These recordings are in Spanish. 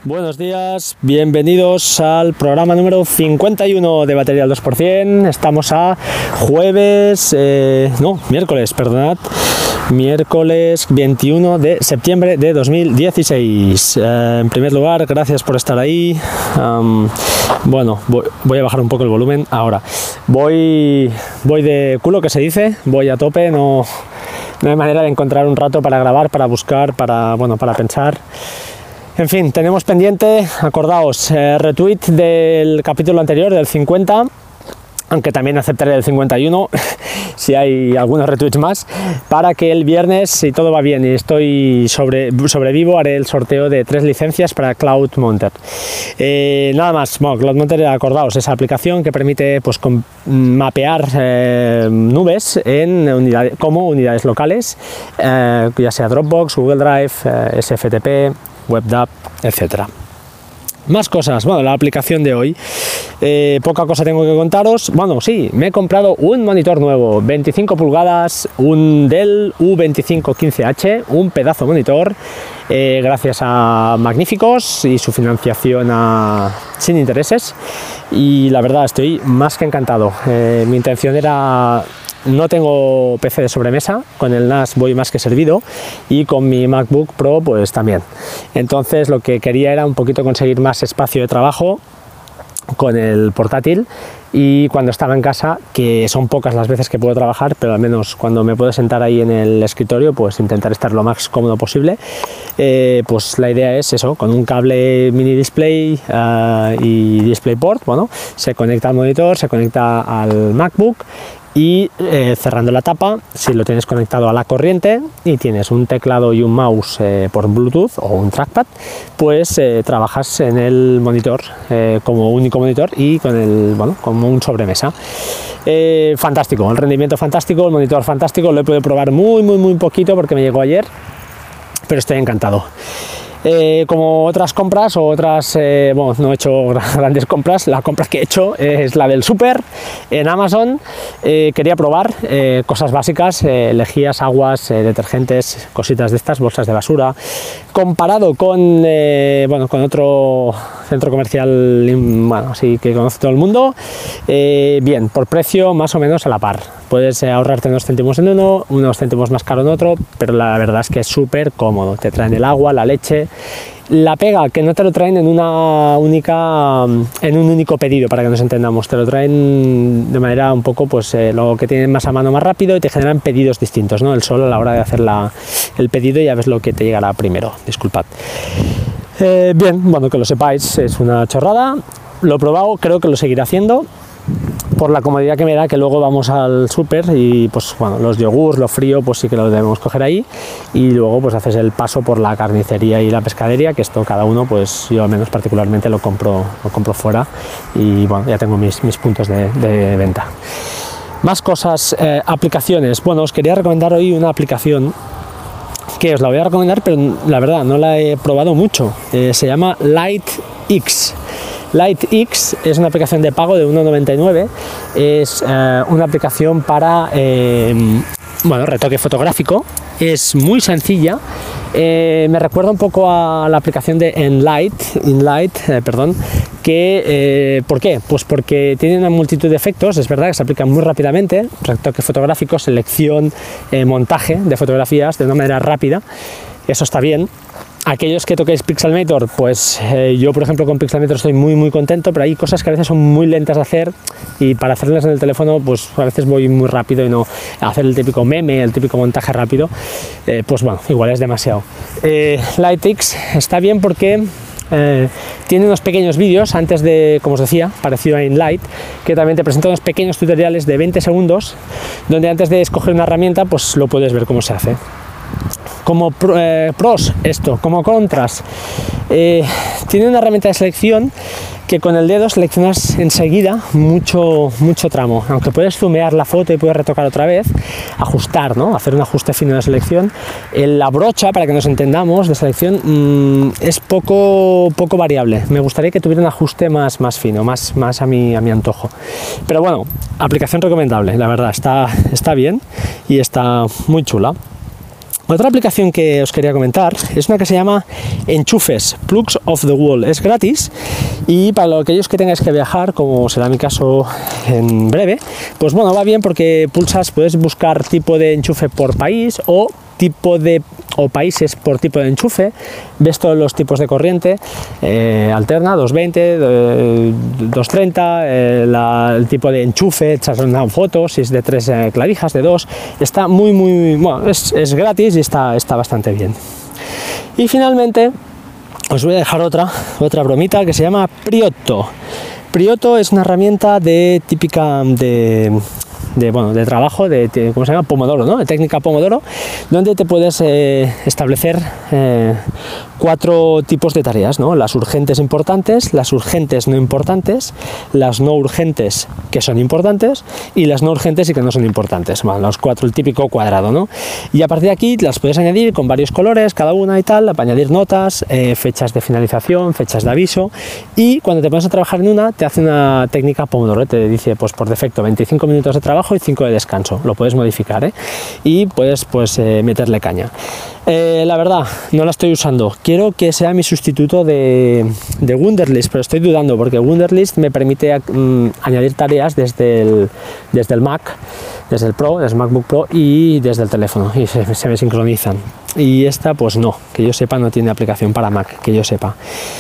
Buenos días, bienvenidos al programa número 51 de Batería al 2%. Estamos a miércoles, perdonad, miércoles 21 de septiembre de 2016. En primer lugar, gracias por estar ahí. Voy a bajar un poco el volumen ahora. Voy de culo, que se dice, voy a tope, no hay manera de encontrar un rato para grabar, para buscar, para pensar. En fin, tenemos pendiente, acordaos, retweet del capítulo anterior, del 50, aunque también aceptaré el 51, si hay algunos retweets más, para que el viernes, si todo va bien y estoy sobrevivo, haré el sorteo de 3 licencias para Cloudmonter. Nada más, Cloudmonter, acordaos, esa aplicación que permite mapear nubes como unidades locales, ya sea Dropbox, Google Drive, SFTP, WebDAV, etcétera. Más cosas, la aplicación de hoy, poca cosa tengo que contaros. Sí, me he comprado un monitor nuevo, 25 pulgadas, un Dell U2515H, un pedazo monitor, gracias a Magníficos y su financiación sin intereses, y la verdad estoy más que encantado. Mi intención era... No tengo PC de sobremesa, con el NAS voy más que servido, y con mi MacBook Pro pues también. Entonces lo que quería era un poquito conseguir más espacio de trabajo con el portátil, y cuando estaba en casa, que son pocas las veces que puedo trabajar, pero al menos cuando me puedo sentar ahí en el escritorio, pues intentar estar lo más cómodo posible. Pues la idea es eso, con un cable mini display y DisplayPort, se conecta al monitor, se conecta al MacBook, y cerrando la tapa, si lo tienes conectado a la corriente y tienes un teclado y un mouse por Bluetooth o un trackpad, pues trabajas en el monitor como único monitor y como un sobremesa. Fantástico, el rendimiento fantástico, el monitor fantástico. Lo he podido probar muy poquito porque me llegó ayer, pero estoy encantado. Como otras compras o otras, no he hecho grandes compras. La compra que he hecho es la del súper en Amazon. Quería probar cosas básicas, lejías, aguas, detergentes, cositas de estas, bolsas de basura, comparado con otro centro comercial, así que conoce todo el mundo. Bien, por precio más o menos a la par. Puedes ahorrarte unos céntimos en uno, unos céntimos más caro en otro, pero la verdad es que es súper cómodo. Te traen el agua, la leche. La pega, que no te lo traen en un único pedido, para que nos entendamos. Te lo traen de manera un poco, lo que tienen más a mano, más rápido, y te generan pedidos distintos, ¿no? El solo a la hora de hacer el pedido, ya ves lo que te llegará primero. Disculpad. Bien, que lo sepáis, es una chorrada. Lo he probado, creo que lo seguiré haciendo, por la comodidad que me da, que luego vamos al súper y los yogures, lo frío, pues sí que lo debemos coger ahí, y luego haces el paso por la carnicería y la pescadería, que esto cada uno, yo al menos particularmente lo compro fuera, y ya tengo mis puntos de venta. Más cosas, aplicaciones. Os quería recomendar hoy una aplicación que os la voy a recomendar, pero la verdad no la he probado mucho. Se llama LightX. LightX es una aplicación de pago de 1,99. Es una aplicación para retoque fotográfico. Es muy sencilla. Me recuerda un poco a la aplicación de InLight, ¿por qué? Pues porque tiene una multitud de efectos. Es verdad que se aplican muy rápidamente: retoque fotográfico, selección, montaje de fotografías de una manera rápida. Eso está bien. Aquellos que toquéis Pixelmator, yo por ejemplo con Pixelmator estoy muy contento, pero hay cosas que a veces son muy lentas de hacer, y para hacerlas en el teléfono a veces voy muy rápido, y no hacer el típico meme, el típico montaje rápido, igual es demasiado. LightX está bien porque tiene unos pequeños vídeos antes de, como os decía, parecido a InLight, que también te presenta unos pequeños tutoriales de 20 segundos, donde antes de escoger una herramienta lo puedes ver cómo se hace. Como pros, como contras, tiene una herramienta de selección que con el dedo seleccionas enseguida mucho tramo, aunque puedes zoomear la foto y puedes retocar otra vez, ajustar, hacer un ajuste fino de selección. La brocha, para que nos entendamos, de selección es poco variable. Me gustaría que tuviera un ajuste más fino, más a mi antojo, pero aplicación recomendable, la verdad, está bien y está muy chula. Otra aplicación que os quería comentar es una que se llama Enchufes, Plugs of the Wall. Es gratis y para aquellos que tengáis que viajar, como será mi caso en breve, pues bueno, va bien porque puedes buscar tipo de enchufe por país o países por tipo de enchufe, ves todos los tipos de corriente alterna, 220, 230, el tipo de enchufe, echas una foto, si es de 3 clavijas, de 2, está muy bueno, es gratis y está bastante bien. Y finalmente os voy a dejar otra bromita que se llama Priotto. Priotto es una herramienta típica de trabajo, ¿cómo se llama? Pomodoro, ¿no? De técnica Pomodoro, donde te puedes establecer 4 tipos de tareas, ¿no? Las urgentes importantes, las urgentes no importantes, las no urgentes que son importantes y las no urgentes y que no son importantes. Bueno, los 4, el típico cuadrado, ¿no? Y a partir de aquí las puedes añadir con varios colores, cada una y tal, para añadir notas, fechas de finalización, fechas de aviso, y cuando te pones a trabajar en una, te hace una técnica Pomodoro, te dice, pues por defecto, 25 minutos de trabajo y 5 de descanso, lo puedes modificar, y puedes meterle caña. La verdad, no la estoy usando, quiero que sea mi sustituto de Wunderlist, pero estoy dudando porque Wunderlist me permite añadir tareas desde el Mac, desde el MacBook Pro y desde el teléfono, y se me sincronizan, y esta pues no, que yo sepa, no tiene aplicación para Mac, que yo sepa.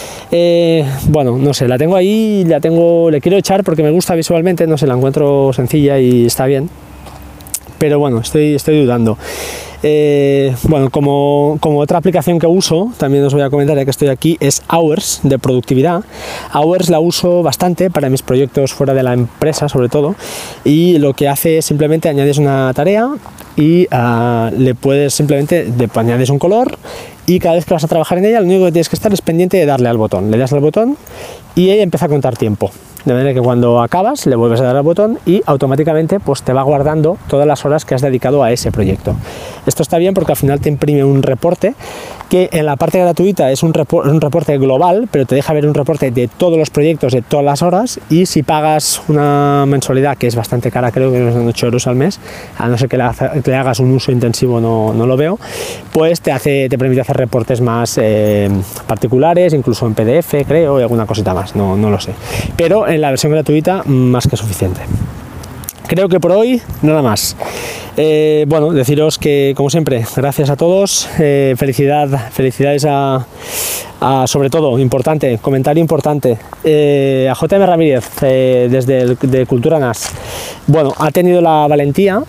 Bueno, no sé, la tengo ahí, le quiero echar porque me gusta visualmente, no sé, la encuentro sencilla y está bien, pero bueno, estoy dudando. Bueno, como otra aplicación que uso, también os voy a comentar ya que estoy aquí, es Hours, de productividad. Hours la uso bastante para mis proyectos fuera de la empresa, sobre todo, y lo que hace es simplemente añades una tarea y le puedes añades un color, y cada vez que vas a trabajar en ella, lo único que tienes que estar es pendiente de darle al botón. Le das al botón y ella empieza a contar tiempo. De manera que cuando acabas le vuelves a dar al botón y automáticamente pues te va guardando todas las horas que has dedicado a ese proyecto. Esto está bien porque al final te imprime un reporte que en la parte gratuita es un reporte global, pero te deja ver un reporte de todos los proyectos, de todas las horas, y si pagas una mensualidad que es bastante cara, creo que son 8 euros al mes, a no ser que le hagas un uso intensivo, no lo veo, pues te permite hacer reportes más particulares, incluso en PDF, creo, y alguna cosita más, no lo sé. Pero en la versión gratuita más que suficiente. Creo que por hoy nada más. Bueno, deciros que como siempre, gracias a todos, felicidades a sobre todo, comentario importante, a JM Ramírez de Cultura NAS. Bueno, ha tenido la valentía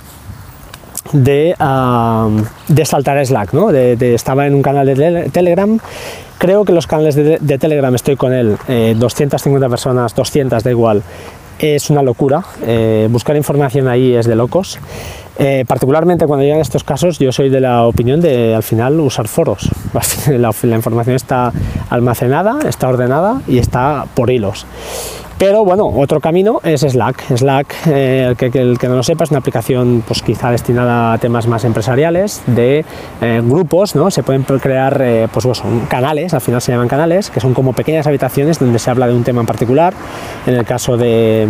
de saltar a Slack, ¿no? Estaba en un canal de Telegram. Creo que los canales de Telegram, estoy con él, 250 personas, 200, da igual, es una locura. Buscar información ahí es de locos. Particularmente cuando llegan estos casos, yo soy de la opinión de al final usar foros. La información está almacenada, está ordenada y está por hilos. Pero bueno, otro camino es Slack. Slack, el que no lo sepa, es una aplicación pues quizá destinada a temas más empresariales, de grupos, ¿no? Se pueden crear canales, al final se llaman canales, que son como pequeñas habitaciones donde se habla de un tema en particular. En el caso de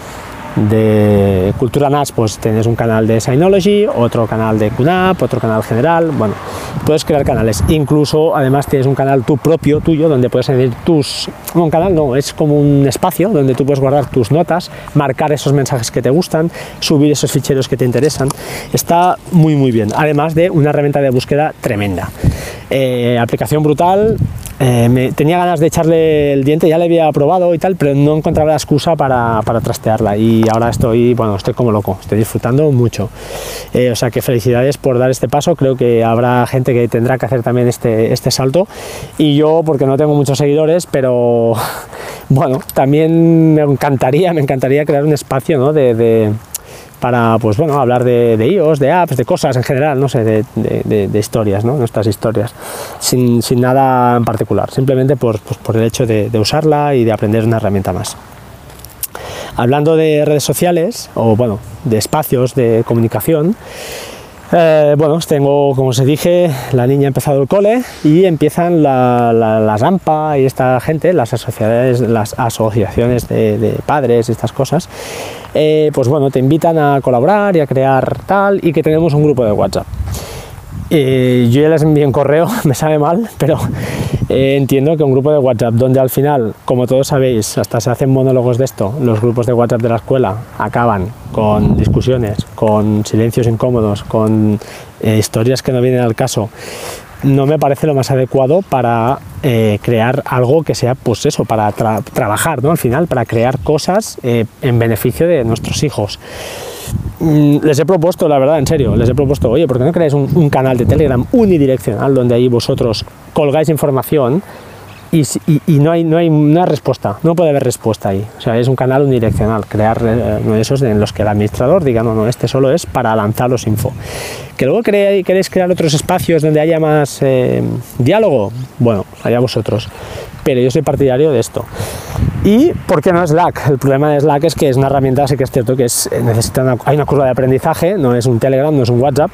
Cultura NAS, pues tienes un canal de Synology, otro canal de QNAP, otro canal general. Bueno, puedes crear canales, incluso además tienes un canal tuyo, donde puedes añadir un canal no, es como un espacio donde tú puedes guardar tus notas, marcar esos mensajes que te gustan, subir esos ficheros que te interesan. Está muy bien, además de una herramienta de búsqueda tremenda. Aplicación brutal. Tenía ganas de echarle el diente, ya le había probado y tal, pero no encontraba la excusa para trastearla, y ahora estoy como loco, estoy disfrutando mucho. O sea que felicidades por dar este paso. Creo que habrá gente que tendrá que hacer también este salto, y yo, porque no tengo muchos seguidores, pero bueno, también me encantaría crear un espacio, ¿no? Para pues bueno, hablar de iOS, de apps, de cosas en general, no sé, de historias, ¿no? Nuestras historias, sin nada en particular, simplemente por el hecho de usarla y de aprender una herramienta más. Hablando de redes sociales, o bueno, de espacios de comunicación, bueno, tengo, como os dije, la niña ha empezado el cole y empiezan las AMPA y esta gente, las asociaciones de padres y estas cosas, pues bueno, te invitan a colaborar y a crear tal, y que tenemos un grupo de WhatsApp. Yo ya les envié un correo, me sabe mal, pero entiendo que un grupo de WhatsApp donde al final, como todos sabéis, hasta se hacen monólogos de esto, los grupos de WhatsApp de la escuela acaban con discusiones, con silencios incómodos, con historias que no vienen al caso. No me parece lo más adecuado para crear algo que sea, pues eso, para trabajar, ¿no? Al final, para crear cosas en beneficio de nuestros hijos. Les he propuesto, la verdad, en serio, les he propuesto, oye, ¿por qué no creáis un canal de Telegram unidireccional donde ahí vosotros colgáis información y no hay respuesta, no puede haber respuesta ahí? O sea, es un canal unidireccional, crear uno de esos en los que el administrador diga, no, este solo es para lanzaros info. Que luego queréis crear otros espacios donde haya más diálogo, bueno, allá vosotros, pero yo soy partidario de esto. ¿Y por qué no Slack? El problema de Slack es que es una herramienta, sí que es cierto que hay una curva de aprendizaje, no es un Telegram, no es un WhatsApp,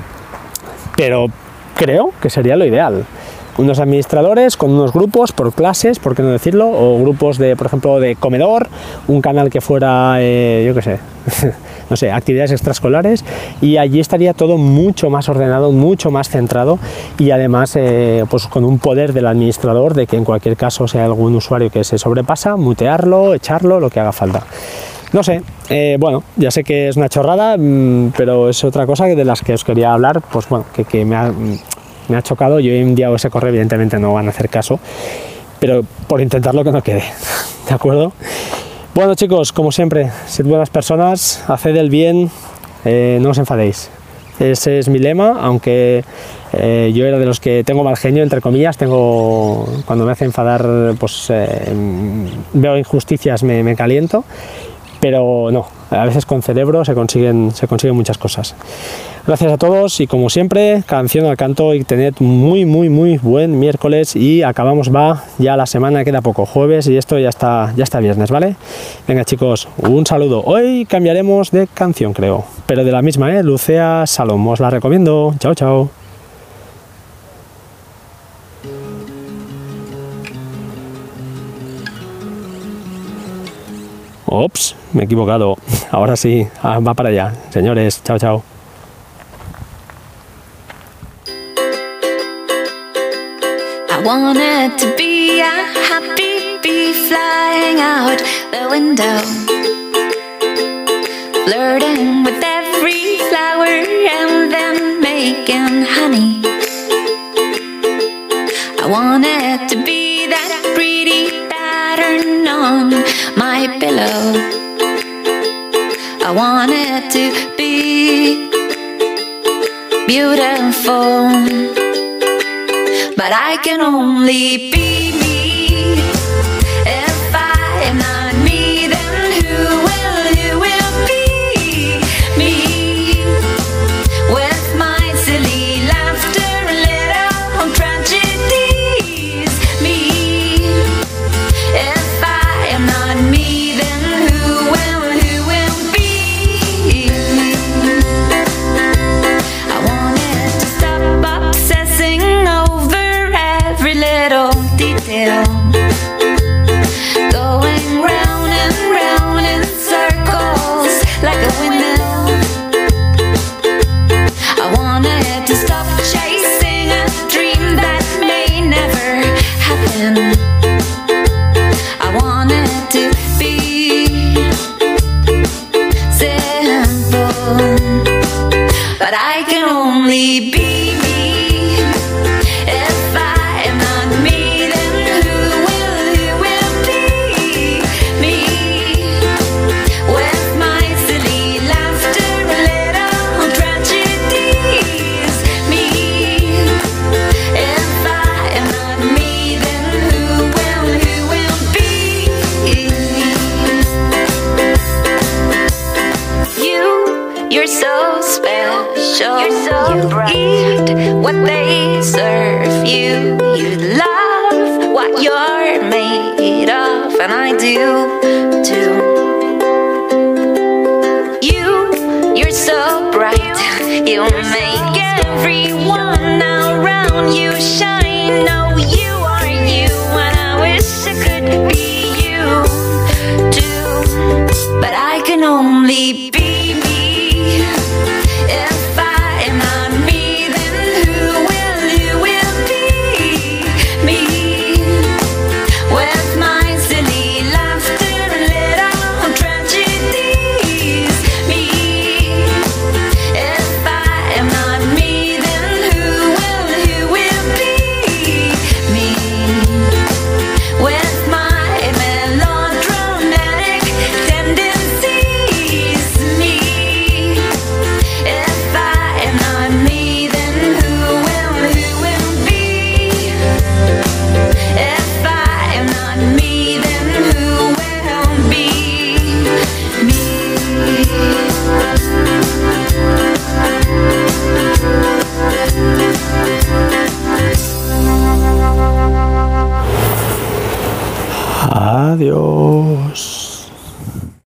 pero creo que sería lo ideal. Unos administradores con unos grupos por clases, por qué no decirlo, o grupos de, por ejemplo, de comedor, un canal que fuera, yo qué sé, no sé, actividades extraescolares, y allí estaría todo mucho más ordenado, mucho más centrado, y además pues con un poder del administrador de que en cualquier caso, si hay algún usuario que se sobrepasa, mutearlo, echarlo, lo que haga falta. No sé, bueno, ya sé que es una chorrada, pero es otra cosa de las que os quería hablar, pues bueno, que me ha chocado. Yo he enviado ese correo, evidentemente no van a hacer caso, pero por intentarlo que no quede, ¿de acuerdo? Bueno, chicos, como siempre, sed buenas personas, haced el bien, no os enfadéis. Ese es mi lema, aunque yo era de los que tengo mal genio, entre comillas, cuando me hace enfadar, pues veo injusticias, me caliento, pero no, a veces con cerebro se consiguen muchas cosas. Gracias a todos y como siempre, canción al canto y tened muy buen miércoles y acabamos ya la semana, queda poco, jueves y esto ya está viernes, ¿vale? Venga chicos, un saludo. Hoy cambiaremos de canción creo, pero de la misma, Lucía Salom, os la recomiendo. Chao, chao. Ops, me he equivocado. Ahora sí, va para allá. Señores, chao, chao. I wanted to be a happy bee flying out the window, flirting with every flower and then making honey. I wanted to be that pretty pattern on my pillow. I wanted to be beautiful, but I can only be me. If I am not me, then who will be me? With my silly laughter and little tragedies, me. If I am not me, then who will be? I wanted to stop obsessing over every little detail, going round and round in circles like a windmill. I wanted to stop chasing a dream that may never happen. I wanted to be simple, but I can only be me. If I am not me, then who will be me? With my silly laughter and little tragedies, me. If I am not me, then who will be? You're so special. You're so bright. Eat what they serve you. You love what you're made of, and I do too. You're so bright. You make everyone around you shine.